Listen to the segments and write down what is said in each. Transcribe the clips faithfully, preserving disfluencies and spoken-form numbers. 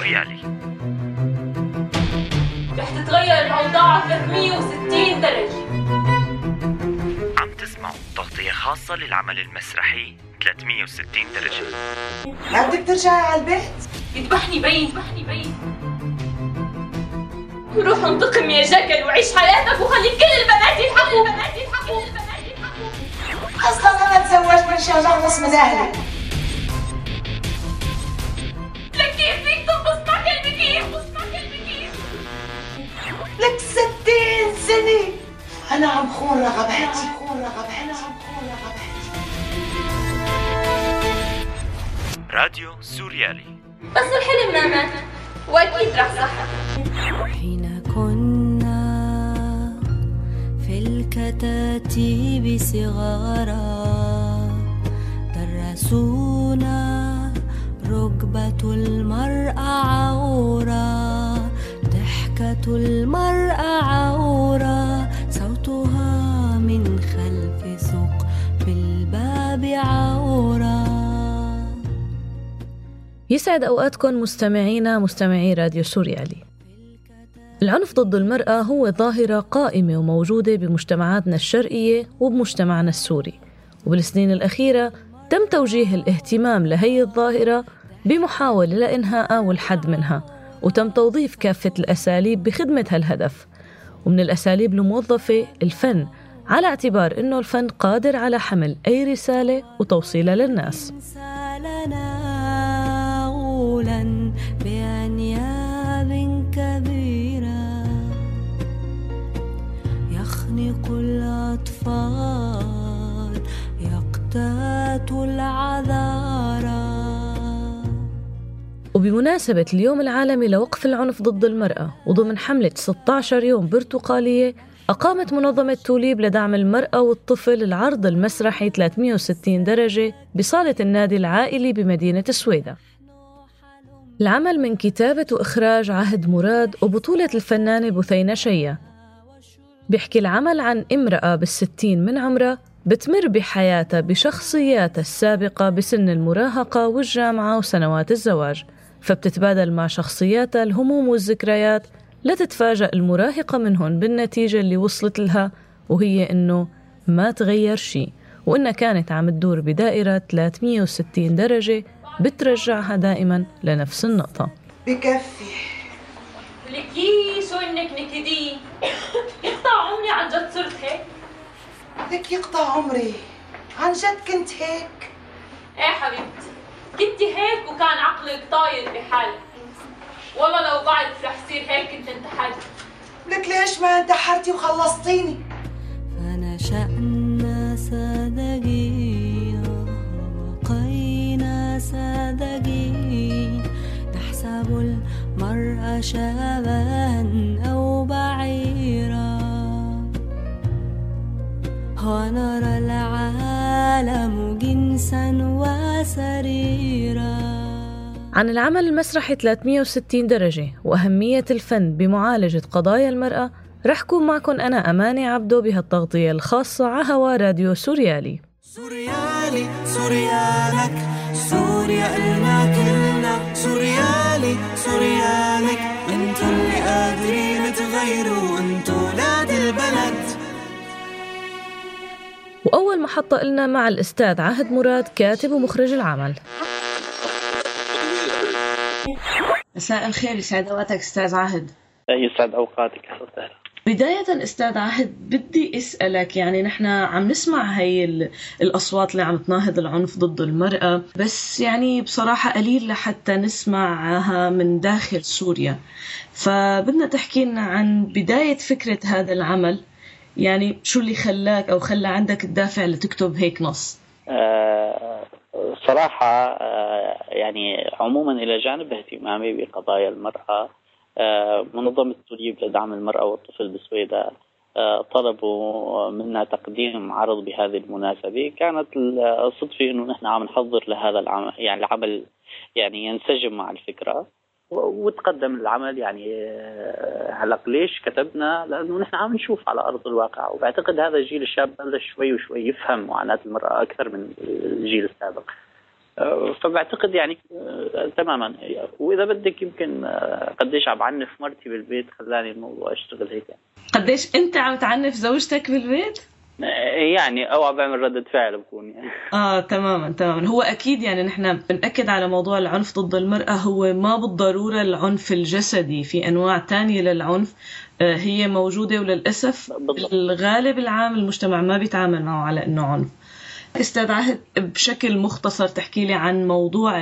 سوريالي. رح تتغير الأوضاع ثلاثمية وستين درجة. عم تسمعوا تغطية خاصة للعمل المسرحي ثلاثمية وستين درجة. ما بدك ترجعي على البيت؟ يذبحني بي يذبحني بي روح انتقم يا جاكل وعيش حياتك وخلي كل البنات يلحقوا البنات يلحقوا البنات يلحقوا. أصلاً أنا تزوجت من شجاع نص من أهلي. لك كيف فيك تنبسط مع كلبي كيف؟ تنبسط مع كلبي كيف؟ لك ستين سنة أنا عم خون رغباتي خون رغباتي خون رغباتي. راديو سوريالي. بس الحلم ما مات وأكيد رح صحى. حين كنا في الكتاتيب صغارا درسونا ركبة المرأة عورة، ضحكة المرأة عورة، صوتها من خلف سوق بالباب عورة. يسعد أوقاتكم مستمعينا مستمعي راديو سوريالي. العنف ضد المرأة هو ظاهرة قائمة وموجودة بمجتمعاتنا الشرقية وبمجتمعنا السوري، وبالسنين الأخيرة تم توجيه الاهتمام لهي الظاهرة بمحاولة لإنهاء والحد منها، وتم توظيف كافة الأساليب بخدمة هالهدف. ومن الأساليب الموظفة الفن، على اعتبار إنه الفن قادر على حمل أي رسالة وتوصيلها للناس. بأنياب كبيرة يخنق الأطفال يقتات العذارى. وبمناسبة اليوم العالمي لوقف العنف ضد المرأة وضمن حملة ستة عشر يوم برتقالية، أقامت منظمة توليب لدعم المرأة والطفل العرض المسرحي ثلاثمية وستين درجة بصالة النادي العائلي بمدينة السويدة. العمل من كتابة وإخراج عهد مراد وبطولة الفنانة بثينة شيا. بيحكي العمل عن امرأة بالستين من عمرها بتمر بحياتها بشخصياتها السابقة بسن المراهقة والجامعة وسنوات الزواج، فبتتبادل مع شخصياتها الهموم والذكريات لتتفاجأ المراهقة منهن بالنتيجة اللي وصلت لها، وهي إنه ما تغير شيء، وإنها كانت عم تدور بدائرة ثلاثمية وستين درجة بترجعها دائما لنفس النقطة. بكفي لكي شو إنك نكدي يقطع عمري عن جد صرت هيك. لك يقطع عمري عن جد كنت هيك؟ ايه حبيبتي كنتي هيك وكان عقلك طاير بحالك، والله لو بعد رح صير هيك كنت انتحرت. لك ليش ما انتحرتي وخلصتيني؟ فنشأنا صدقينا وقينا صدقين نحسب المرأة شابا أو بعيرا ونرى العالم جنسا وسريرا. عن العمل المسرحي ثلاثمية وستين درجة وأهمية الفن بمعالجة قضايا المرأة رح كون معكم أنا أماني عبدو بهالتغطية الخاصة على هوا راديو سوريالي. سوريالي سوريالك سوريا إلنا كلنا سوريالي سوريالك انتو اللي قادرين تغيروا انتو ولاد البلد. وأول محطة إلنا مع الأستاذ عهد مراد كاتب ومخرج العمل. مساء الخير، يسعد أوقاتك أستاذ عهد. يسعد أوقاتك. بداية أستاذ عهد بدي أسألك، يعني نحن عم نسمع هاي الأصوات اللي عم تناهض العنف ضد المرأة، بس يعني بصراحة قليل لحتى نسمعها من داخل سوريا، فبدنا تحكي لنا عن بداية فكرة هذا العمل، يعني شو اللي خلاك أو خلى عندك الدافع لتكتب هيك نص؟ أه صراحة أه يعني عموما إلى جانب اهتمامي بقضايا المرأة، أه منظمة توليب لدعم المرأة والطفل بسويدة أه طلبوا منا تقديم عرض بهذه المناسبة. كانت الصدفة إنه نحن عم نحضر لهذا العمل، يعني العمل يعني ينسجم مع الفكرة، وتقدم العمل. يعني على ليش كتبنا؟ لأنه نحن عم نشوف على أرض الواقع، وبعتقد هذا الجيل الشاب بلش شوي وشوي يفهم معاناة المرأة أكثر من الجيل السابق. فبعتقد يعني تماما. واذا بدك يمكن قديش عم عنف مرتي بالبيت خلاني الموضوع اشتغل هيك. قديش انت عم تعنف زوجتك بالبيت؟ يعني او عم بعمل ردة فعل بكون يعني. اه تماما تماما. هو اكيد يعني نحن بنأكد على موضوع العنف ضد المرأة، هو ما بالضرورة العنف الجسدي، في انواع تانية للعنف آه هي موجودة، وللأسف بالضبط. الغالب العام المجتمع ما بيتعامل معه على انه عنف. استاذ عهد بشكل مختصر تحكي لي عن موضوع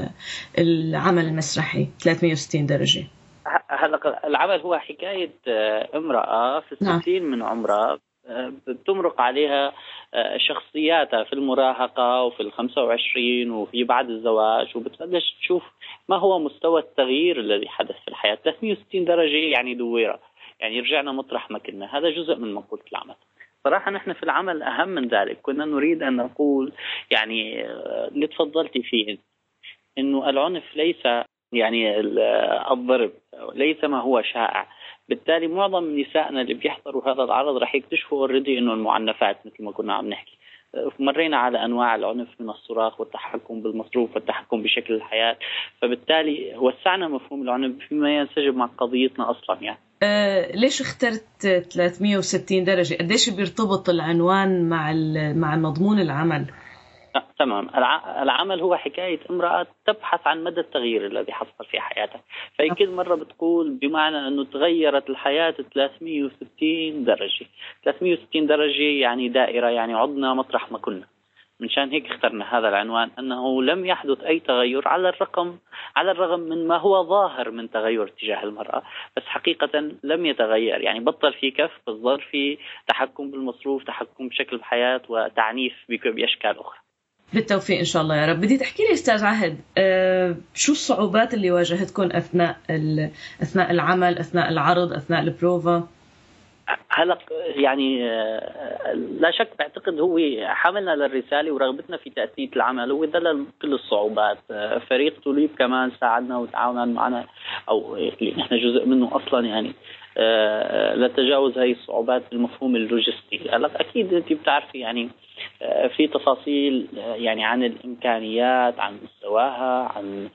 العمل المسرحي ثلاثمية وستين درجة. هلا العمل هو حكاية امرأة في الستين من عمرها بتمرق عليها شخصياتها في المراهقة وفي الخمسة وعشرين وفي بعد الزواج، وبتبلش تشوف ما هو مستوى التغيير الذي حدث في الحياة. ثلاثمية وستين درجة يعني دويرة، يعني رجعنا مطرح ما كنا. هذا جزء من مقولة العمل. صراحة نحن في العمل أهم من ذلك كنا نريد أن نقول يعني اللي تفضلتي فيه، إنه العنف ليس يعني الضرب، ليس ما هو شائع. بالتالي معظم نسائنا اللي بيحضروا هذا العرض رح يكتشفوا اوريدي إنه المعنفات مثل ما كنا عم نحكي. مرينا على أنواع العنف من الصراخ والتحكم بالمصروف والتحكم بشكل الحياة، فبالتالي وسعنا مفهوم العنف فيما ينسجم مع قضيتنا أصلا. يعني أه ليش اخترت ثلاثمية وستين درجة؟ قديش بيرتبط العنوان مع مع مضمون العمل؟ تمام. العمل هو حكاية امرأة تبحث عن مدى التغيير الذي حصل في حياتها، فهي كل مرة بتقول بمعنى أنه تغيرت الحياة ثلاثمية وستين درجة. ثلاثمية وستين درجة يعني دائرة، يعني عدنا مطرح ما كنا. منشان هيك اخترنا هذا العنوان، أنه لم يحدث أي تغير على الرقم على الرغم من ما هو ظاهر من تغير تجاه المرأة، بس حقيقة لم يتغير. يعني بطل في كف، بس في تحكم بالمصروف، تحكم بشكل الحياة، وتعنيف بأشكال أخرى. بالتوفيق إن شاء الله يا رب. بدي تحكي لي أستاذ عهد أه شو الصعوبات اللي واجهتكم أثناء أثناء العمل، أثناء العرض، أثناء البروفا؟ هلا يعني لا شك بعتقد هو حملنا للرسالة ورغبتنا في تأسيس العمل هو دلل كل الصعوبات. فريق توليب كمان ساعدنا وتعاون معنا، أو اللي نحن جزء منه أصلا، يعني لتجاوز هاي الصعوبات بالمفهوم اللوجستي. هلا أكيد أنت بتعرفي يعني في تفاصيل يعني عن الإمكانيات، عن مستواها، عن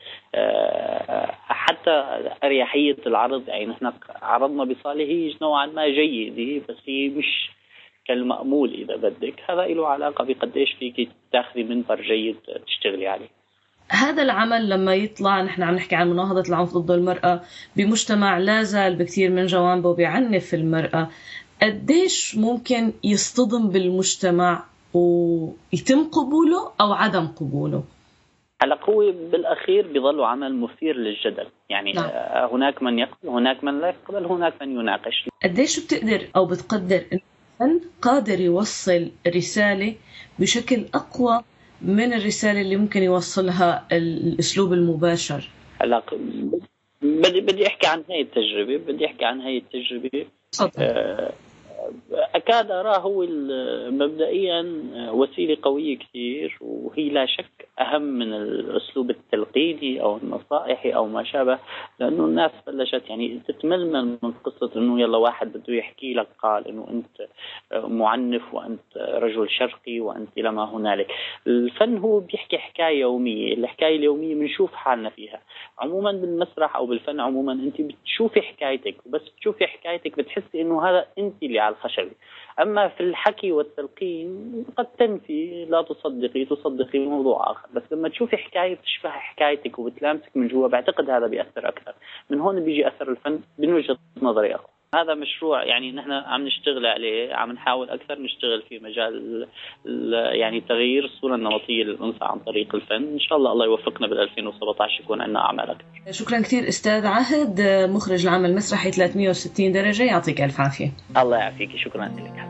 حتى أريحية العرض. يعني نحن عرضنا بصالة هي نوعا ما جيدة، بس هي مش كالمأمول إذا بدك. هذا له علاقة بقديش فيك تاخذي منبر جيد تشتغلي عليه. هذا العمل لما يطلع، نحن عم نحكي عن مناهضة العنف ضد المرأة بمجتمع لا زال بكثير من جوانبه بيعنف المرأة، قديش ممكن يصطدم بالمجتمع ويتم قبوله أو عدم قبوله؟ هلا هو بالأخير بيظل عمل مثير للجدل. يعني نعم. هناك من يقبل، هناك من لا يقبل، هناك من يناقش. قديش بتقدر أو بتقدر إن الفن قادر يوصل رسالة بشكل أقوى من الرسالة اللي ممكن يوصلها الأسلوب المباشر؟ هلا بدي بدي أحكي عن هاي التجربة بدي أحكي عن هاي التجربة أه أكاد أراه هو مبدئيا وسيلة قوية كثير، وهي لا شك أهم من الأسلوب التلقيني أو النصائحي أو ما شابه، لأنه الناس بلشت يعني تتململ من قصة إنه يلا واحد بده يحكي لك قال إنه أنت معنف وأنت رجل شرقي وأنت لما هنالك. الفن هو بيحكي حكاية يومية، الحكاية اليومية بنشوف حالنا فيها. عموما بالمسرح أو بالفن عموما أنت بتشوفي حكايتك، وبس بتشوفي حكايتك بتحسي إنه هذا أنت اللي على الخشبة. أما في الحكي والتلقين قد تنفي، لا تصدقي تصدقي موضوع آخر، بس لما تشوفي حكاية بتشبه حكايتك وبتلامسك من جوا بعتقد هذا بيأثر أكثر. من هون بيجي أثر الفن من وجهة نظري أخرى. هذا مشروع يعني نحن عم نشتغل عليه، عم نحاول أكثر نشتغل في مجال يعني تغيير الصورة النمطية للأنثى عن طريق الفن. إن شاء الله الله يوفقنا بال ألفين وسبعة عشر يكون عندنا أعمال أكثر. شكرا كثير أستاذ عهد، مخرج العمل المسرحي ثلاثمية وستين درجة، يعطيك ألف عافية. الله يعافيك، شكرا لك.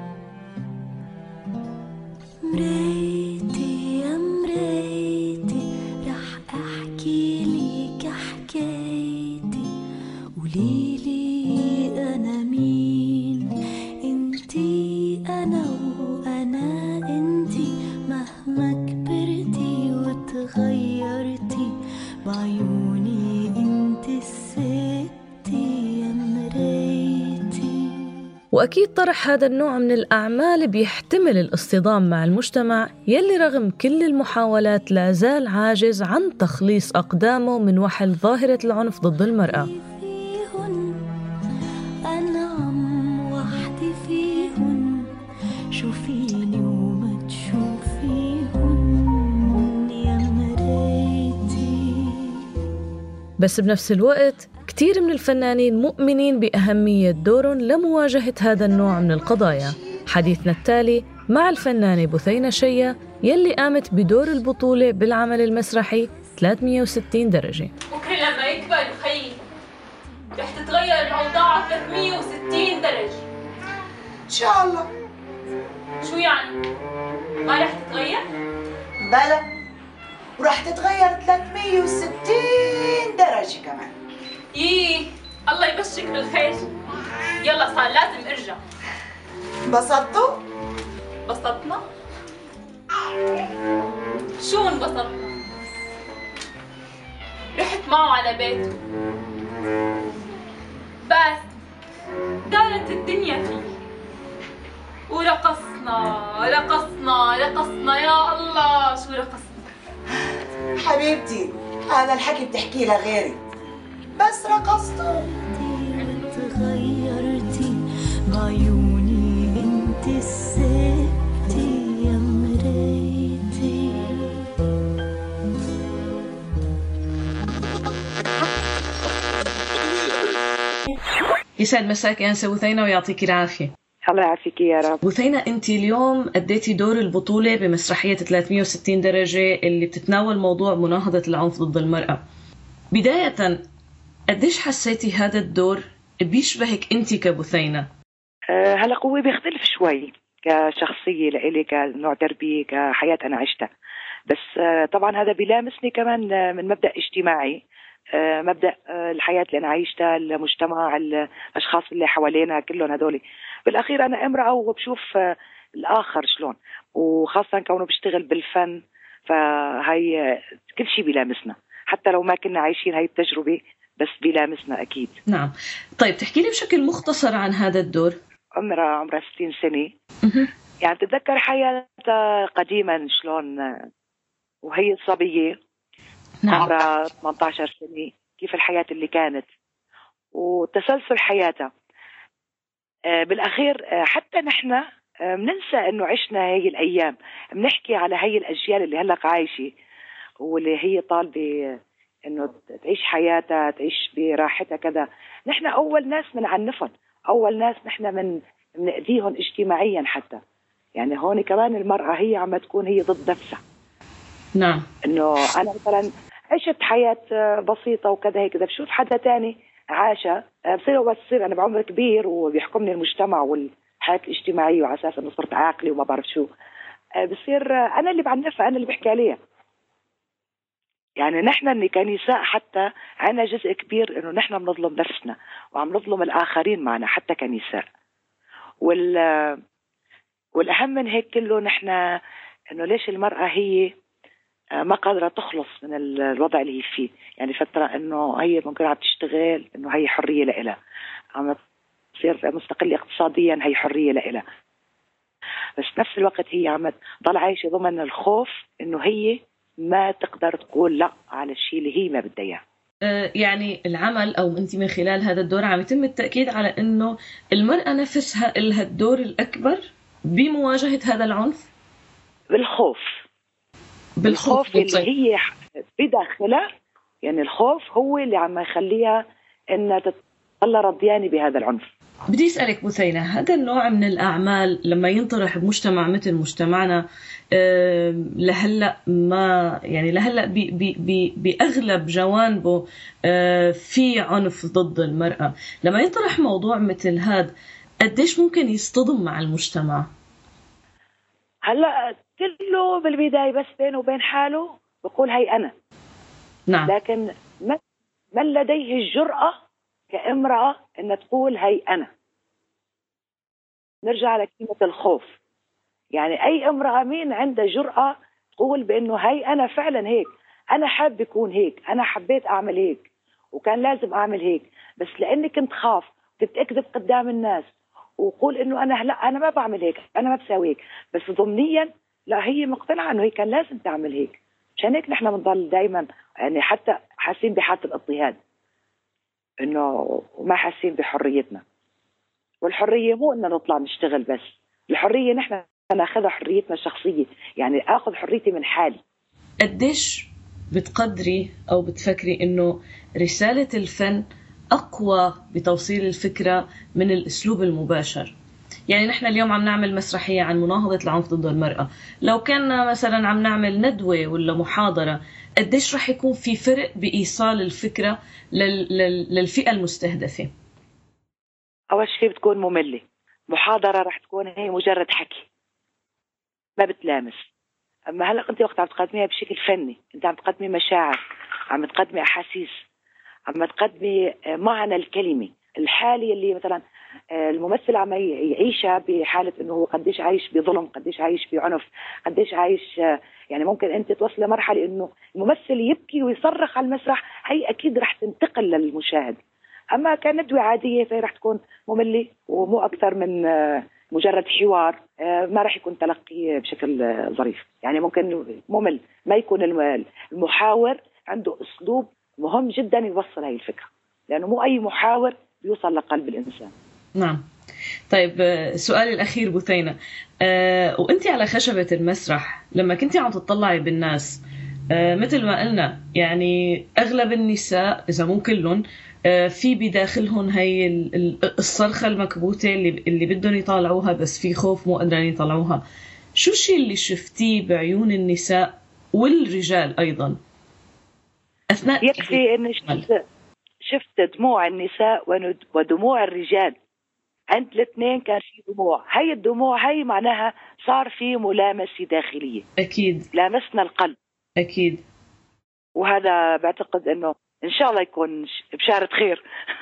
مريتي يا مريتي رح أحكي لك حكايتي، قوليلي أنا مين، انتي أنا وأنا انتي، مهما كبرتي وتغيرتي بعيوني انتي الستي يا مريتي. وأكيد طرح هذا النوع من الأعمال بيحتمل الاصطدام مع المجتمع يلي رغم كل المحاولات لا زال عاجز عن تخليص أقدامه من وحل ظاهرة العنف ضد المرأة. بس بنفس الوقت كتير من الفنانين مؤمنين بأهمية دورهم لمواجهة هذا النوع من القضايا. حديثنا التالي مع الفنانة بثينة شيا يلي قامت بدور البطولة بالعمل المسرحي ثلاثمية وستين درجة. بكرة لما يكبر خيي رح تتغير الأوضاع ثلاثمية وستين درجة إن شاء الله. شو يعني؟ ما رح تتغير؟ بلا، ورح تتغير ثلاثمية وستين درجة كمان. ييه الله يبشرك بالخير. يلا صار لازم ارجع. انبسطتوا؟ انبسطنا؟ شو انبسطنا؟ رحت معه على بيته بس دارت الدنيا فيه ورقصنا رقصنا رقصنا يا الله شو رقصنا. حبيبتي هذا الحكي بتحكي لها غيري، بس رقصتوا. تغيرتي بعيوني انت الستي يا مريتي. يسعد مساك يا أنسة بثينة ويعطيك العافية. الله يعافيك يا رب. بثينة، أنت اليوم أديتي دور البطولة بمسرحية ثلاثمية وستين درجة اللي بتتناول موضوع مناهضة العنف ضد المرأة. بداية قديش حسيتي هذا الدور بيشبهك أنت كبثينة؟ أه هلا قوي بيختلف شوي كشخصية لإلي، كنوع تربية، كحياة أنا عشتها، بس أه طبعا هذا بيلامسني كمان من مبدأ اجتماعي، أه مبدأ أه الحياة اللي أنا عايشتها، المجتمع، الأشخاص اللي حوالينا كلهم هدول. بالأخير أنا امرأة وبشوف أه الآخر شلون، وخاصة كونه بشتغل بالفن، فهي كل شيء بيلامسنا حتى لو ما كنا عايشين هاي التجربة، بس بيلامسنا أكيد. نعم. طيب تحكي لي بشكل مختصر عن هذا الدور. عمرها عمرها ستين سنة، يعني تتذكر حياتها قديما شلون وهي صبية. نعم. عمرها ثمانية عشر سنة، كيف الحياة اللي كانت وتسلسل حياتها. بالأخير حتى نحن بننسى إنه عشنا هاي الأيام، بنحكي على هاي الأجيال اللي هلأ عايشة واللي هي طالبة إنه تعيش حياتها، تعيش براحتها كذا. نحن أول ناس منعنفهم، أول ناس نحن من منأذيهم اجتماعيا حتى. يعني هون كمان المرأة هي عم تكون هي ضد نفسها. نعم. إنه أنا مثلا عشت حياة بسيطة وكذا هيك، إذا بشوف حدا تاني عاشها بصير بس بصير أنا بعمر كبير وبيحكمني المجتمع والحياة الاجتماعية وعلى أساس إنه صرت عاقلة وما بعرف شو، بصير أنا اللي بعنفها، أنا اللي بحكي عليها. يعني نحن كنساء حتى عنا جزء كبير إنه نحن بنظلم نفسنا وعم نظلم الآخرين معنا حتى كنساء. وال والأهم من هيك كله نحن إنه ليش المرأة هي ما قادرة تخلص من الوضع اللي هي فيه. يعني فترة إنه هي ممكن عم تشتغل، إنه هي حرية لإلها، عم تصير مستقلة اقتصاديا، هي حرية لإلها، بس نفس الوقت هي عم تضل عايشة ضمن الخوف إنه هي ما تقدر تقول لا على الشيء اللي هي ما بدها اياه. يعني العمل او انت من خلال هذا الدور عم يتم التاكيد على انه المراه نفسها لها الدور الاكبر بمواجهه هذا العنف. بالخوف بالخوف اللي هي بداخلها. يعني الخوف هو اللي عم يخليها انها تطلع رضيانه بهذا العنف. بدي اسالك بثينة، هذا النوع من الاعمال لما ينطرح بمجتمع مثل مجتمعنا لهلا ما يعني لهلا بي بي باغلب جوانبه في عنف ضد المراه، لما ينطرح موضوع مثل هذا قديش ممكن يصطدم مع المجتمع؟ هلا كله بالبدايه بس بينه وبين حاله بقول هي انا. نعم. لكن من لديه الجرأة كامرأة ان تقول هي انا. نرجع على كلمة الخوف. يعني اي امرأة مين عندها جرأة تقول بانه هي انا فعلا هيك، انا حابة اكون هيك، انا حبيت اعمل هيك وكان لازم اعمل هيك، بس لاني كنت خاف كنت اكذب قدام الناس وقول انه انا لا انا ما بعمل هيك، انا ما بساوي هيك، بس ضمنيا لا هي مقتنعه انه هي كان لازم تعمل هيك. عشان هيك نحن بنضل دائما يعني حتى حاسين بحاله الاضطهاد، انه ما حاسين بحريتنا. والحريه مو انه نطلع نشتغل بس، الحريه نحن ناخذها حريتنا الشخصيه، يعني اخذ حريتي من حالي. قديش بتقدري او بتفكري انه رساله الفن اقوى بتوصيل الفكره من الاسلوب المباشر؟ يعني نحن اليوم عم نعمل مسرحيه عن مناهضه العنف ضد المراه، لو كنا مثلا عم نعمل ندوه ولا محاضره، قديش رح يكون في فرق بايصال الفكره لل... لل... للفئه المستهدفه؟ اول شيء بتكون ممله، محاضره رح تكون هي مجرد حكي ما بتلامس. اما هلا انت وقت عم تقدميها بشكل فني، انت عم تقدمي مشاعر، عم تقدمي احاسيس، عم تقدمي معنى الكلمه، الحاله اللي مثلا الممثل عم يعيشها بحاله انه هو قديش عايش بظلم، قديش عايش بعنف، قديش عايش. يعني ممكن انت توصل لمرحله انه الممثل يبكي ويصرخ على المسرح، هي اكيد رح تنتقل للمشاهد. اما كندوه عاديه فهي رح تكون ممله ومو اكثر من مجرد حوار، ما رح يكون تلقي بشكل ظريف. يعني ممكن ممل، ما يكون المحاور عنده اسلوب مهم جدا يوصل هاي الفكره، لانه مو اي محاور بيوصل لقلب الانسان. نعم. طيب سؤالي الاخير بثينه، أه وانت على خشبه المسرح لما كنتي عم تطلعي بالناس، أه مثل ما قلنا يعني اغلب النساء اذا مو كلهم أه في بداخلهم هي الصرخه المكبوته اللي اللي بدهم يطالعوها بس في خوف مو قادرين يطلعوها. شو الشيء اللي شفتيه بعيون النساء والرجال ايضا اثناء؟ يكفي اني شفت شفت دموع النساء ودموع الرجال، عند الاثنين كان في دموع. هاي الدموع هاي معناها صار في ملامسة داخلية، أكيد لامسنا القلب أكيد. وهذا بعتقد أنه إن شاء الله يكون بشارة خير.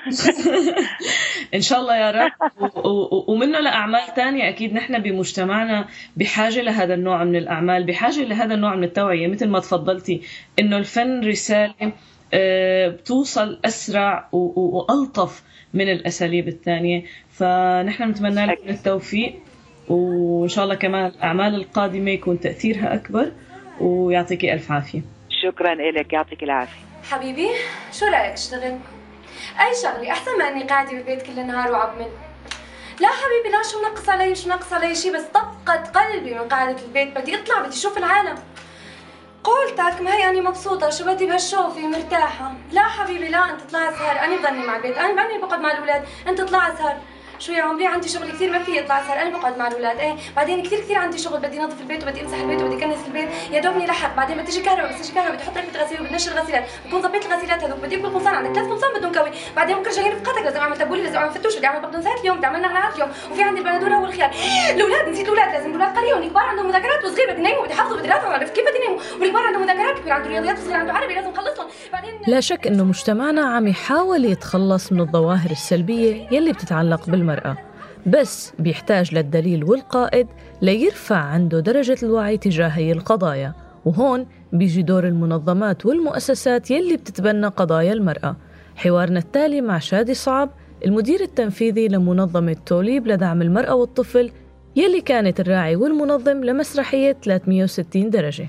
إن شاء الله يا رب. ومنه لأعمال تانية أكيد نحن بمجتمعنا بحاجة لهذا النوع من الأعمال، بحاجة لهذا النوع من التوعية، مثل ما تفضلتي إنه الفن رسالة بتوصل أسرع وألطف من الأساليب الثانية. فنحن نتمنى لكم التوفيق، وإن شاء الله كمان الأعمال القادمة يكون تأثيرها أكبر، ويعطيكي ألف عافية. شكرا لك، يعطيك العافية حبيبي. شو رأيك اشتغل أي شغلي أحسن ما أني قاعدة بالبيت كل النهار وعبمل؟ لا حبيبي لا، شو نقص علي شو نقص علي شيء، بس طقت قلبي من قاعدة البيت، بدي أطلع بدي أشوف العالم. قولتك ما هي أنا مبسوطة، شو بدي بهالشوفي مرتاحة. لا حبيبي لا، أنت طلع سهر، أنا بضلني مع البيت، أنا بعدني بقعد مع الأولاد، أنت طلع سهر. شو يا عمري عندي شغل كثير ما في اطلع سهر، انا بقعد مع الاولاد. ايه بعدين كثير كثير عندي شغل، بدي انظف البيت وبدي امسح البيت وبدي كنس البيت، يا دوبني لحق. بعدين بدي تيجي كهرباء، بس تيجي كهرباء بدي احط ركبه غسيل وبدي نشر الغسيلات، بكون ظبيت الغسيلات هذوك، بدي اكل قمصان، عندك ثلاث قمصان بدهم كوي، بعدين بكره جايين رفقاتك لازم اعمل تبولي، لازم اعمل فتوش، بدي اعمل بقدونسات اليوم، بدي اعمل نعناعات اليوم، وفي عندي البندوره والخيار. الاولاد نسيت الاولاد، لازم الاولاد قريهم، الكبار عندهم مذاكرات وصغير بدي يناموا، بدي احفظوا، بدي راسهم، عرفت كيف بدي يناموا، والكبار عندهم مذاكرات، كبير عنده رياضيات وصغير عنده عربي لازم اخلصهم. بعدين لا شك انه مجتمعنا عم يحاول يتخلص من الظواهر السلبيه يلي بتتعلق بالمراه، بس بيحتاج للدليل والقائد ليرفع عنده درجة الوعي تجاه هي القضايا. وهون بيجي دور المنظمات والمؤسسات يلي بتتبنى قضايا المرأة. حوارنا التالي مع شادي صعب، المدير التنفيذي لمنظمة توليب لدعم المرأة والطفل، يلي كانت الراعي والمنظم لمسرحية ثلاثمية وستين درجة.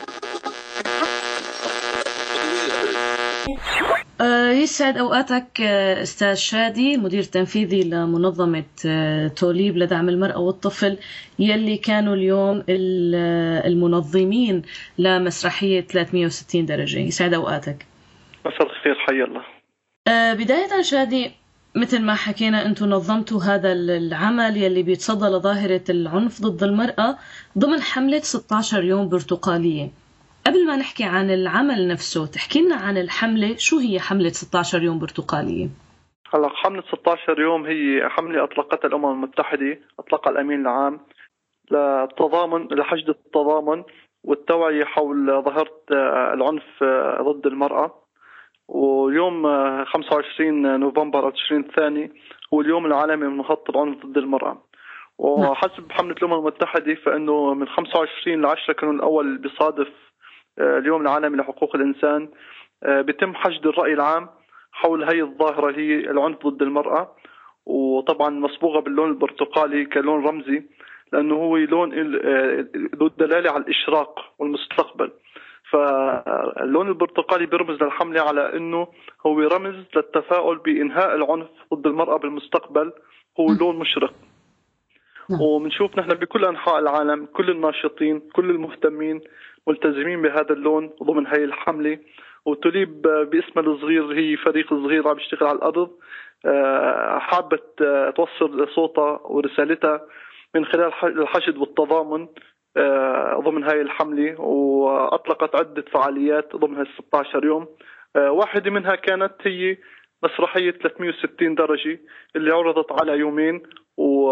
يسعد أوقاتك أستاذ شادي، مدير تنفيذي لمنظمة توليب لدعم المرأة والطفل، يلي كانوا اليوم المنظمين لمسرحية ثلاثمية وستين درجة. يسعد أوقاتك. مساء الخير، حي الله. بداية شادي، مثل ما حكينا أنتم نظمتوا هذا العمل يلي بيتصدى لظاهرة العنف ضد المرأة ضمن حملة ستة عشر يوم برتقالية. قبل ما نحكي عن العمل نفسه، تحكي لنا عن الحملة، شو هي حملة ستة عشر يوم برتقالية؟ هلا حملة ستة عشر يوم هي حملة أطلقتها الأمم المتحدة، أطلقها الأمين العام للتضامن لحشد التضامن والتوعية حول ظاهرة العنف ضد المرأة. ويوم خمسة وعشرين نوفمبر أو تشرين الثاني هو اليوم العالمي لمناهضة العنف ضد المرأة. وحسب حملة الأمم المتحدة فإنه من خمسة وعشرين لعشرة كانون الأول بيصادف اليوم العالمي لحقوق الإنسان، بيتم حشد الرأي العام حول هي الظاهرة، هي العنف ضد المرأة. وطبعا مصبوغة باللون البرتقالي كلون رمزي، لأنه هو لون ذو الدلالة على الإشراق والمستقبل. فاللون البرتقالي بيرمز للحملة على أنه هو رمز للتفاؤل بإنهاء العنف ضد المرأة بالمستقبل، هو لون مشرق. ومنشوف نحن بكل أنحاء العالم كل الناشطين كل المهتمين ملتزمين بهذا اللون ضمن هاي الحملة. وتوليب باسمها الصغير هي فريق صغير عم يشتغل على الأرض، حابة توصل صوتها ورسالتها من خلال الحشد والتضامن ضمن هاي الحملة، وأطلقت عدة فعاليات ضمن هاي ستة عشر يوم. واحدة منها كانت هي مسرحية ثلاثمئة وستين درجة اللي عرضت على يومين، و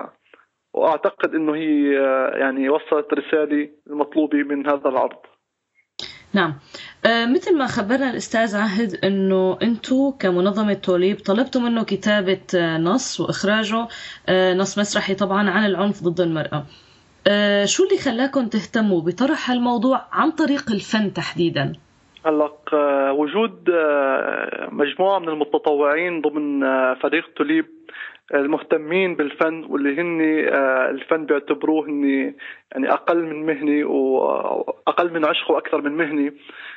وأعتقد أنه هي يعني وصلت رسالة المطلوبة من هذا العرض. نعم، آه مثل ما خبرنا الأستاذ عهد أنه أنتو كمنظمة توليب طلبتوا منه كتابة آه نص وإخراجه آه نص مسرحي طبعا عن العنف ضد المرأة. آه شو اللي خلاكم تهتموا بطرح هالموضوع عن طريق الفن تحديدا؟ هلا آه وجود آه مجموعة من المتطوعين ضمن آه فريق توليب المهتمين بالفن، واللي هن الفن بيعتبروه هن يعني أقل من مهني وأقل من عشق وأكثر من مهني.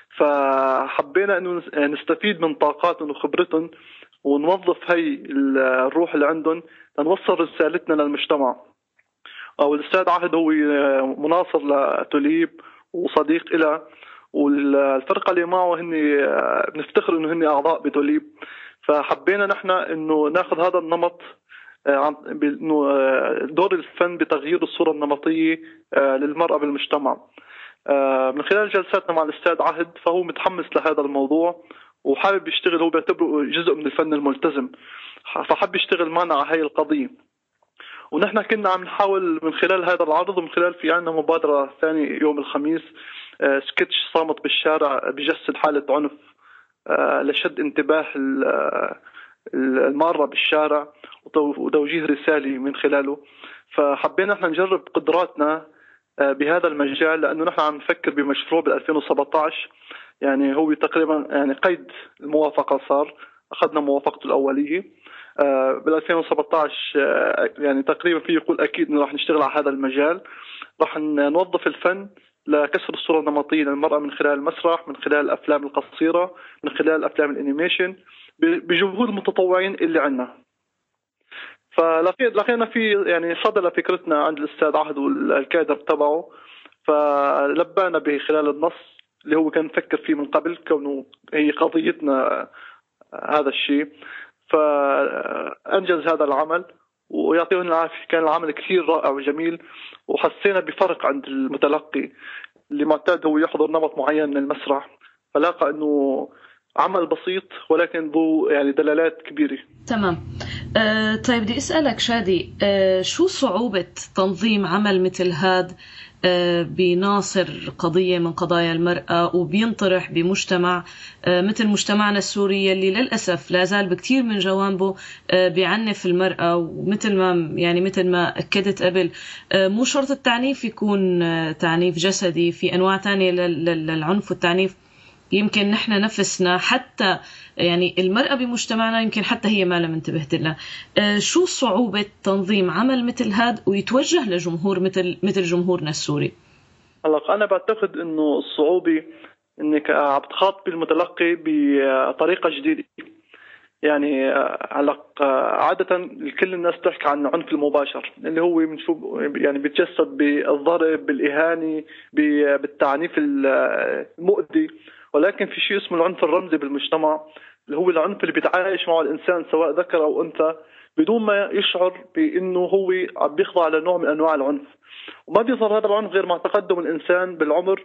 فحبينا إنه نستفيد من طاقاتهم وخبرتهم ونوظف هاي الروح اللي عندهم لنوصل رسالتنا للمجتمع. والأستاذ عهد هو مناصر لتوليب وصديق إله، والفرقة اللي معه هن بنفتخر إنه هن أعضاء بتوليب. فحبينا نحن إنه ناخذ هذا النمط، إنه دور الفن بتغيير الصورة النمطية للمرأة بالمجتمع. من خلال جلساتنا مع الأستاذ عهد فهو متحمس لهذا الموضوع وحابب يشتغل، هو بيعتبره جزء من الفن الملتزم، فحب يشتغل معنا على هاي القضية. ونحن كنا عم نحاول من خلال هذا العرض، ومن خلال في عنا مبادرة ثانية يوم الخميس سكتش صامت بالشارع بجسد حالة عنف لشد انتباه المارة بالشارع وتوجيه رسالة من خلاله. فحبينا نحن نجرب قدراتنا بهذا المجال، لأنه نحن عم نفكر بمشروع بال ألفين وسبعة عشر، يعني هو تقريبا يعني قيد الموافقة صار، أخذنا موافقته الأولية بال ألفين وسبعة عشر، يعني تقريبا في يقول أكيد إنه راح نشتغل على هذا المجال. راح نوظف الفن لكسر الصورة النمطية للمرأة من خلال المسرح، من خلال الأفلام القصيرة، من خلال الأفلام الأنيميشن، بجهود المتطوعين اللي عنا. فلقينا في يعني صدى لفكرتنا عند الأستاذ عهد والكادر تبعه، فلبانا به خلال النص اللي هو كان نفكر فيه من قبل كونه هي قضيتنا هذا الشيء. فأنجز هذا العمل ويعطيهم العافية، كان العمل كثير رائع وجميل، وحسينا بفرق عند المتلقي اللي معتاد هو يحضر نمط معين من المسرح، فلاقى انه عمل بسيط ولكن ذو يعني دلالات كبيرة. تمام. أه طيب بدي اسألك شادي، أه شو صعوبة تنظيم عمل مثل هاد أه بيناصر قضية من قضايا المرأة وبينطرح بمجتمع أه مثل مجتمعنا السوري اللي للأسف لا زال بكتير من جوانبه أه بيعنف المرأة، ومثل ما يعني مثل ما أكدت قبل أه مو شرط التعنيف يكون أه تعنيف جسدي، في أنواع تانية للعنف والتعنيف. يمكن نحن نفسنا حتى يعني المرأة بمجتمعنا يمكن حتى هي ما لم انتبهت لها. أه شو صعوبة تنظيم عمل مثل هاد ويتوجه لجمهور مثل مثل جمهورنا السوري؟ هلا أنا بعتقد إنه الصعوبة إنك عم تخاطبي المتلقي بطريقة جديدة. يعني هلا عادة كل الناس تحكي عن العنف المباشر اللي هو بنشوف يعني بيتجسد بالضرب، بالإهانة، بالتعنيف المؤذي، ولكن في شيء اسمه العنف الرمزي بالمجتمع اللي هو العنف اللي بيتعايش معه الإنسان سواء ذكر أو أنثى بدون ما يشعر بأنه هو عم بيخضع لنوع من أنواع العنف. وما بيظهر هذا العنف غير مع تقدم الإنسان بالعمر،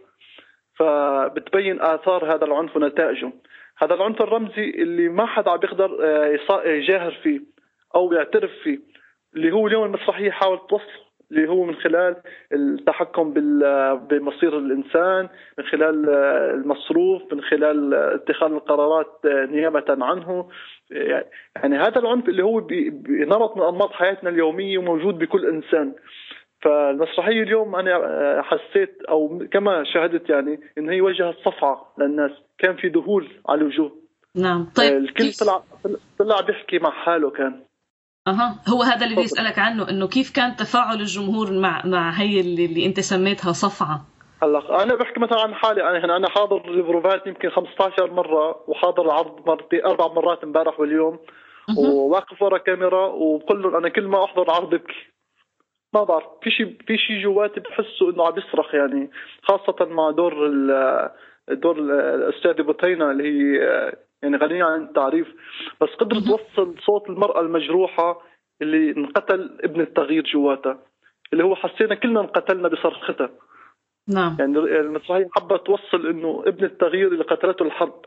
فبتبين آثار هذا العنف ونتائجه. هذا العنف الرمزي اللي ما حدا عم بيقدر يجاهر فيه أو يعترف فيه، اللي هو اليوم المسرحية حاول توصله، اللي هو من خلال التحكم بمصير الإنسان، من خلال المصروف، من خلال اتخاذ القرارات نيابة عنه. يعني هذا العنف اللي هو بنمط من أنماط حياتنا اليومية وموجود بكل إنسان. فالمسرحية اليوم أنا حسيت أو كما شاهدت يعني إن هي وجهت صفعة للناس، كان في ذهول على الوجوه. نعم. طيب الكل طلع طلع بيحكي مع حاله. كان اها هو هذا اللي بدي اسالك عنه، انه كيف كان تفاعل الجمهور مع مع هي اللي, اللي انت سميتها صفعه. هلا انا بحكي مثلا عن حالي، انا انا حاضر البروفات يمكن خمسة عشر مره، وحاضر العرض مرتين اربع مرات امبارح واليوم، وواقف ورا كاميرا وبقول لهم انا كل ما احضر عرض ببكي. ما بعرف، في شيء في شيء جواتي بحسه انه عم يصرخ يعني، خاصه مع دور دور الاستاذه بطينه اللي هي يعني غنيه عن التعريف، بس قدرت توصل صوت المراه المجروحه اللي انقتل ابن التغيير جواتها، اللي هو حسينا كلنا انقتلنا بصرختها. نعم. يعني المسرحيه حابه توصل انه ابن التغيير اللي قتلته الحرب،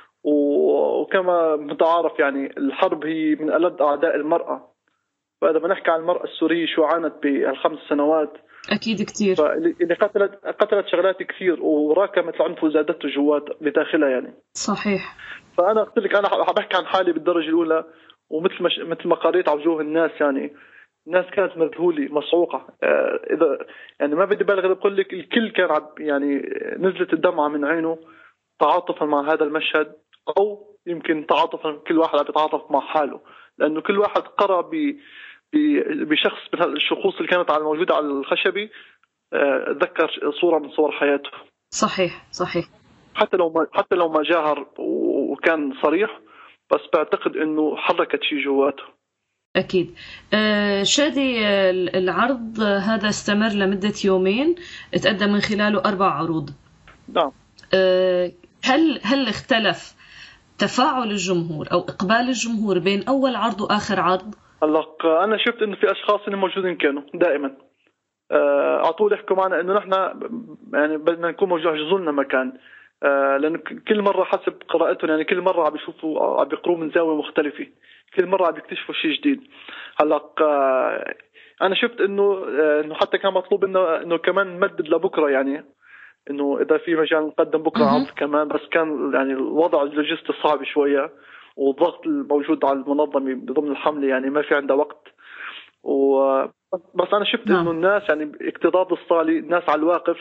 وكما متعارف يعني الحرب هي من ألد أعداء المرأة. فإذا بنحكي عن المرأة السورية شو عانت بهالخمس سنوات، أكيد كتير، اللي قتلت قتلت شغلات كثير وراكمت العنف وزادته جوات بداخلها يعني. صحيح. فأنا قلت لك أنا بحكي عن حالي بالدرجة الأولى، ومثل ما مثل ما قريت على وجوه الناس يعني، الناس كانت مذهولة مصعوقة. إذا يعني ما بدي بالغ بقول لك الكل كان يعني نزلت الدمعة من عينه تعاطفا مع هذا المشهد، أو يمكن تعاطفا كل واحد عم يتعاطف مع حاله، لأنه كل واحد قرأ ب بشخص من الشخوص اللي كانت على موجودة على الخشبي، تذكر صورة من صور حياته. صحيح صحيح. حتى لو ما حتى لو ما جاهر وكان صريح، بس بعتقد إنه حركت شيء جواته. أكيد. آه شادي، العرض هذا استمر لمدة يومين، تقدم من خلاله أربع عروض. نعم. آه هل هل اختلف تفاعل الجمهور أو إقبال الجمهور بين أول عرض وآخر عرض؟ هلا أنا شفت إنه في أشخاص اللي موجودين كانوا دائما على طول يحكوا معنا إنه نحن يعني بدنا نكون موجودين لنا مكان، لأن كل مرة حسب قراءتهم يعني كل مرة عم يشوفوا عم يقروا من زاوية مختلفة، كل مرة عم يكتشفوا شيء جديد. هلا أنا شفت إنه إنه حتى كان مطلوب إنه إنه كمان نمدد لبكرة، يعني إنه إذا في مجال نقدم بكرة عرض كمان، بس كان يعني الوضع اللوجستي صعب شوية، والضغط الموجود على المنظمة ضمن الحملة يعني ما في عندها وقت. وبس أنا شفت نعم. إنه الناس يعني اكتظاظ الصالي، الناس على الواقف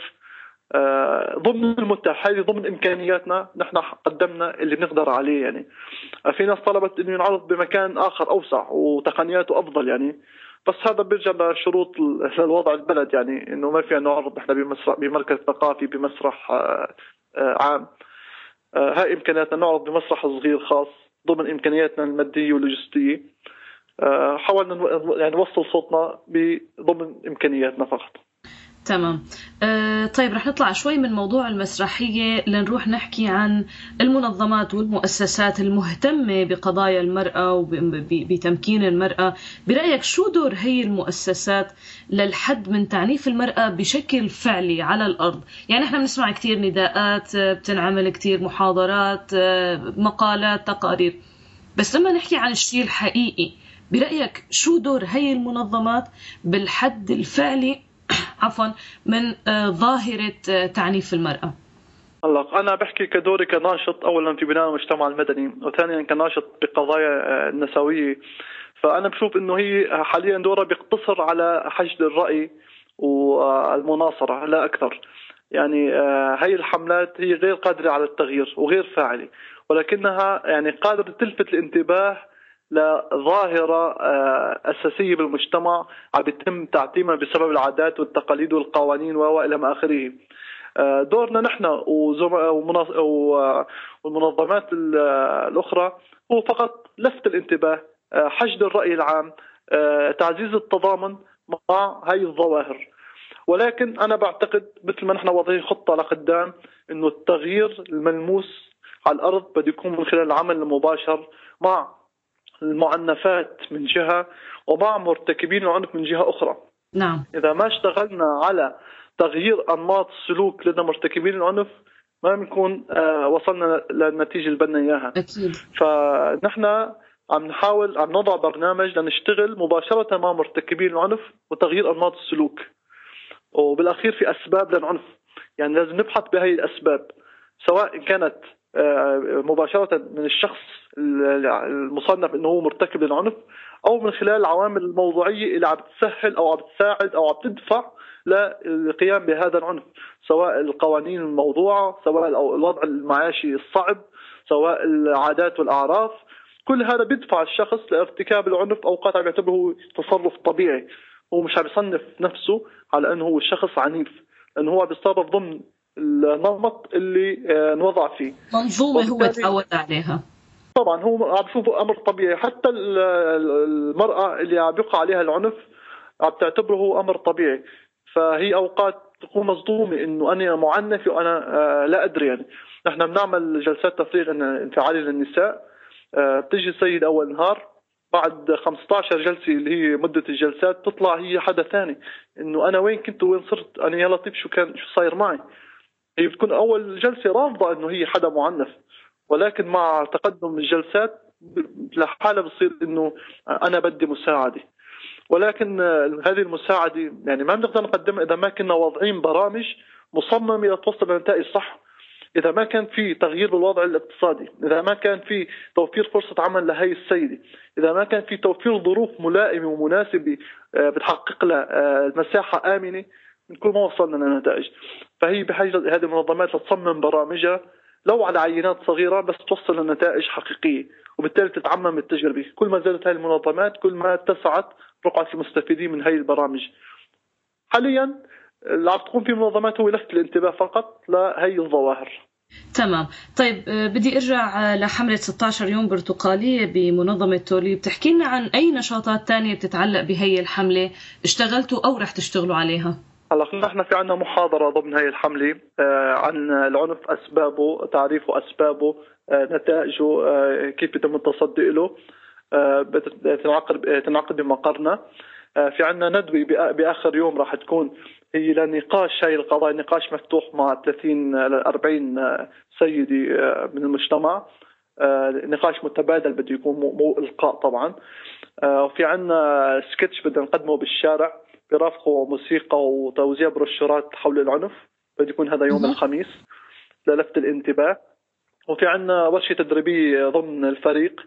ضمن المتاح، هذه ضمن إمكانياتنا نحن قدمنا اللي بنقدر عليه. يعني في ناس طلبت إنه ينعرض بمكان آخر أوسع وتقنياته أفضل يعني، بس هذا بيرجع لشروط الوضع البلد، يعني إنه ما فينا نعرض نحن بمسرح بمركز ثقافي بمسرح عام. هاي إمكانياتنا نعرض بمسرح صغير خاص ضمن إمكانياتنا المادية واللوجستية. حاولنا يعني نوصل صوتنا بضمن إمكانياتنا فقط. تمام. أه طيب رح نطلع شوي من موضوع المسرحية لنروح نحكي عن المنظمات والمؤسسات المهتمة بقضايا المرأة وبتمكين المرأة. برأيك شو دور هي المؤسسات للحد من تعنيف المرأة بشكل فعلي على الأرض؟ يعني احنا بنسمع كتير نداءات بتنعمل، كتير محاضرات، مقالات، تقارير، بس لما نحكي عن الشيء الحقيقي برأيك شو دور هي المنظمات بالحد الفعلي عفوا من ظاهرة تعنيف المرأة؟ هلا أنا بحكي كدوري كناشط أولا في بناء المجتمع المدني، وثانيا كناشط بقضايا النسوية. فأنا بشوف إنه هي حاليا دورها بيقتصر على حشد الرأي والمناصرة لا أكثر. يعني هي الحملات هي غير قادرة على التغيير وغير فاعلة، ولكنها يعني قادرة تلفت الانتباه لظاهرة أساسية بالمجتمع عم يتم تعتيمها بسبب العادات والتقاليد والقوانين وإلى ما آخره. دورنا نحن والمنظمات الأخرى هو فقط لفت الانتباه، حشد الرأي العام، تعزيز التضامن مع هاي الظواهر. ولكن أنا بعتقد مثل ما نحن واضعين خطة لقدام إنه التغيير الملموس على الأرض بده يكون من خلال العمل المباشر مع المعنفات من جهة ومع مرتكبين العنف من جهة أخرى. نعم. إذا ما اشتغلنا على تغيير أنماط السلوك لدى مرتكبين العنف ما بنكون آه وصلنا للنتيجة اللي بدنا إياها. أكيد. فنحن عم نحاول عم نضع برنامج لنشتغل مباشرة مع مرتكبين العنف وتغيير أنماط السلوك، وبالأخير في أسباب للعنف. يعني لازم نبحث بهاي الأسباب، سواء كانت مباشرة من الشخص المصنف انه هو مرتكب للعنف، او من خلال العوامل الموضوعية اللي عم تسهل او عم تساعد او عم تدفع للقيام بهذا العنف، سواء القوانين الموضوعة، سواء الوضع المعاشي الصعب، سواء العادات والأعراف. كل هذا بيدفع الشخص لارتكاب العنف، أوقات عم يعتبره تصرف طبيعي، هو مش عم يصنف نفسه على أنه هو شخص عنيف، لأنه هو بيتصرف ضمن النمط اللي نوضع فيه، منظومة هو تعود عليها. طبعا هو عم بشوفه أمر طبيعي، حتى المرأة اللي عم يقع عليها العنف عم تعتبره أمر طبيعي، فهي أوقات تكون مصدومة إنه أنا معنفة وأنا لا أدري. يعني نحن بنعمل جلسات تفريغ انفعالي للنساء، بتجي السيد أول نهار، بعد خمسة عشر جلسة اللي هي مدة الجلسات تطلع هي حدا ثاني، إنه أنا وين كنت وين صرت، أنا يا لطيف شو كان شو صاير معي. هي بتكون أول جلسة رافضة إنه هي حدا معنف، ولكن مع تقدم الجلسات لحالة بصير إنه أنا بدي مساعدة. ولكن هذه المساعدة يعني ما بنقدر نقدمها إذا ما كنا واضعين برامج مصممة لتوصل لنتائج صح، إذا ما كان في تغيير بالوضع الاقتصادي، إذا ما كان في توفير فرصة عمل لهي السيدة، إذا ما كان في توفير ظروف ملائمة ومناسبة بتحقق لها مساحة آمنة، نكون ما وصلنا لنتائج. فهي بحاجة هذه المنظمات لتصمم برامجها لو على عينات صغيرة بس توصل لنتائج حقيقية، وبالتالي تتعمم التجربة. كل ما زادت هذه المنظمات كل ما اتسعت رقعة المستفيدين من هذه البرامج. حاليا اللي عم تقوم فيه منظمات هو لفت الانتباه فقط لهي الظواهر. تمام. طيب بدي ارجع لحملة ستة عشر يوم برتقالية بمنظمة توليب، تحكي لنا عن اي نشاطات تانية بتتعلق بهي الحملة اشتغلتوا او رح تشتغلوا عليها؟ هلا نحن في عنا محاضرة ضمن هاي الحملة عن العنف، أسبابه، تعريفه، أسبابه، نتائجه، كيف يتم التصدي له، بتنعقد تنعقد بمقرنا. في عنا ندوة بآخر يوم راح تكون هي لنقاش هاي القضايا، نقاش مفتوح مع ثلاثين إلى أربعين سيدي من المجتمع، نقاش متبادل بده يكون مو إلقاء طبعا. وفي عنا سكتش بدنا نقدمه بالشارع برافقه موسيقى وتوزيع بروشورات حول العنف، بده يكون هذا يوم الخميس للفت الانتباه. وفي عنا ورشة تدريبية ضمن الفريق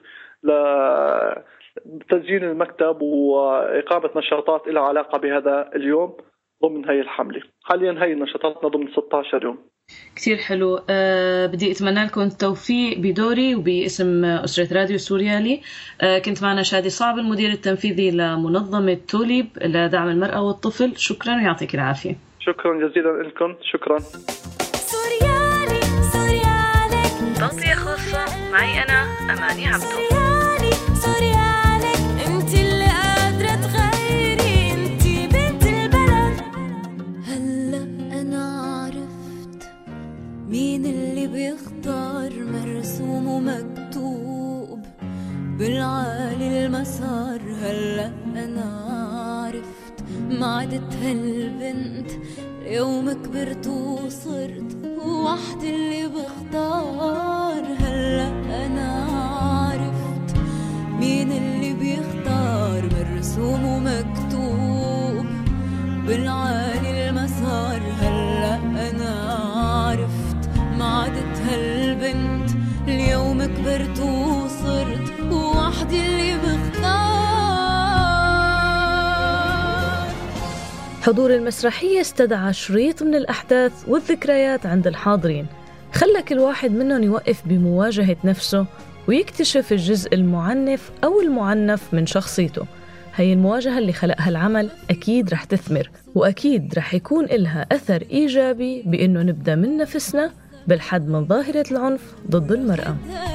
لتزيين المكتب وإقامة نشاطات لها علاقة بهذا اليوم ضمن هاي الحملة. حاليا هاي نشاطاتنا ضمن ستة عشر يوم. كتير حلو. أه بدي أتمنى لكم التوفيق بدوري وباسم أسرة راديو سوريالي. أه كنت معنا شادي صعب المدير التنفيذي لمنظمة توليب لدعم المرأة والطفل. شكرا ويعطيك العافية. شكرا جزيلا لكم. شكرا. سوريالي سوريالي تغطية خاصة معي أنا أماني عبدو. سوريالي سوريالي انت اللي قادرة تغيري، انت بنت البلد. هلا أنا عرفت مين اللي بيختار مرسوم ومكتوب بالعالي المسار. هلا أنا عرفت ما عدت هالبنت، اليوم كبرت وصرت وحدي اللي بختار. هلا أنا عرفت مين اللي بيختار مرسوم ومكتوب بالعالي المسار. هلا أنا عرفت ما عدت هالبنت، اليوم كبرت وصرت وحدي اللي بختار. حضور المسرحية استدعى شريط من الأحداث والذكريات عند الحاضرين، خلى كل واحد منهم يوقف بمواجهة نفسه ويكتشف الجزء المعنف أو المعنف من شخصيته. هي المواجهة اللي خلقها العمل أكيد رح تثمر، وأكيد رح يكون إلها أثر إيجابي بأنه نبدأ من نفسنا بالحد من ظاهرة العنف ضد المرأة.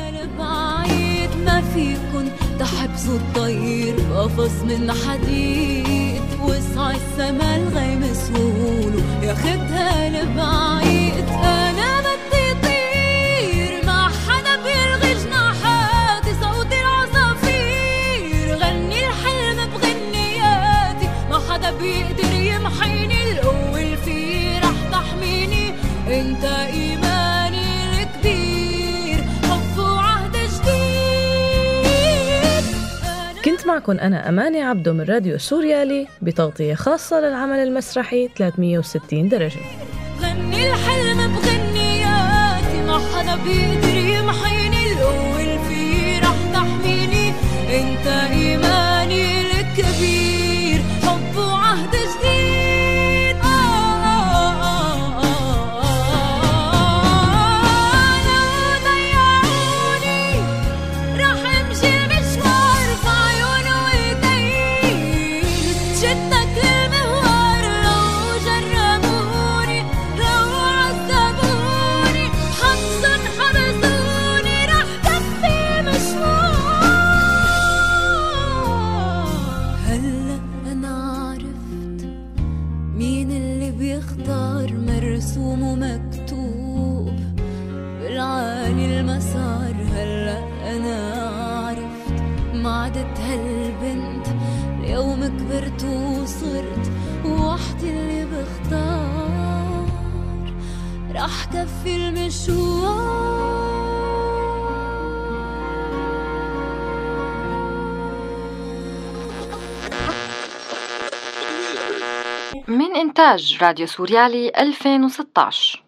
ما فيكن تحبسوا الطير بقفص من حديد، وسع السما الغيم سهوله ياخدها لبعيد. انا بدي طير ما حدا بيلغي جناحاتي، صوت العصافير غني الحلم بغنياتي، ما حدا بيقدر يمحيني، الاول في رح تحميني، انت ايماني الكبير، حب وعهد جديد. كنت معكم أنا أماني عبدو من راديو سوريالي بتغطية خاصة للعمل المسرحي ثلاثمية وستين درجة. غني الحلم بغنياتي، ما حدا بيقدر يمحيني، الأول في رح تحميني، انت إيماني الكبير، حب وعهد جديد. آه آه آه آه آه لو ضيعوني رح امشي بيختار مرسوم ومكتوب بالعالي المسار. هلأ أنا عرفت معدت هالبنت، اليوم كبرت وصرت وحدي اللي بختار. رح كفي المشوار. من إنتاج راديو سوريالي ألفين وستة عشر.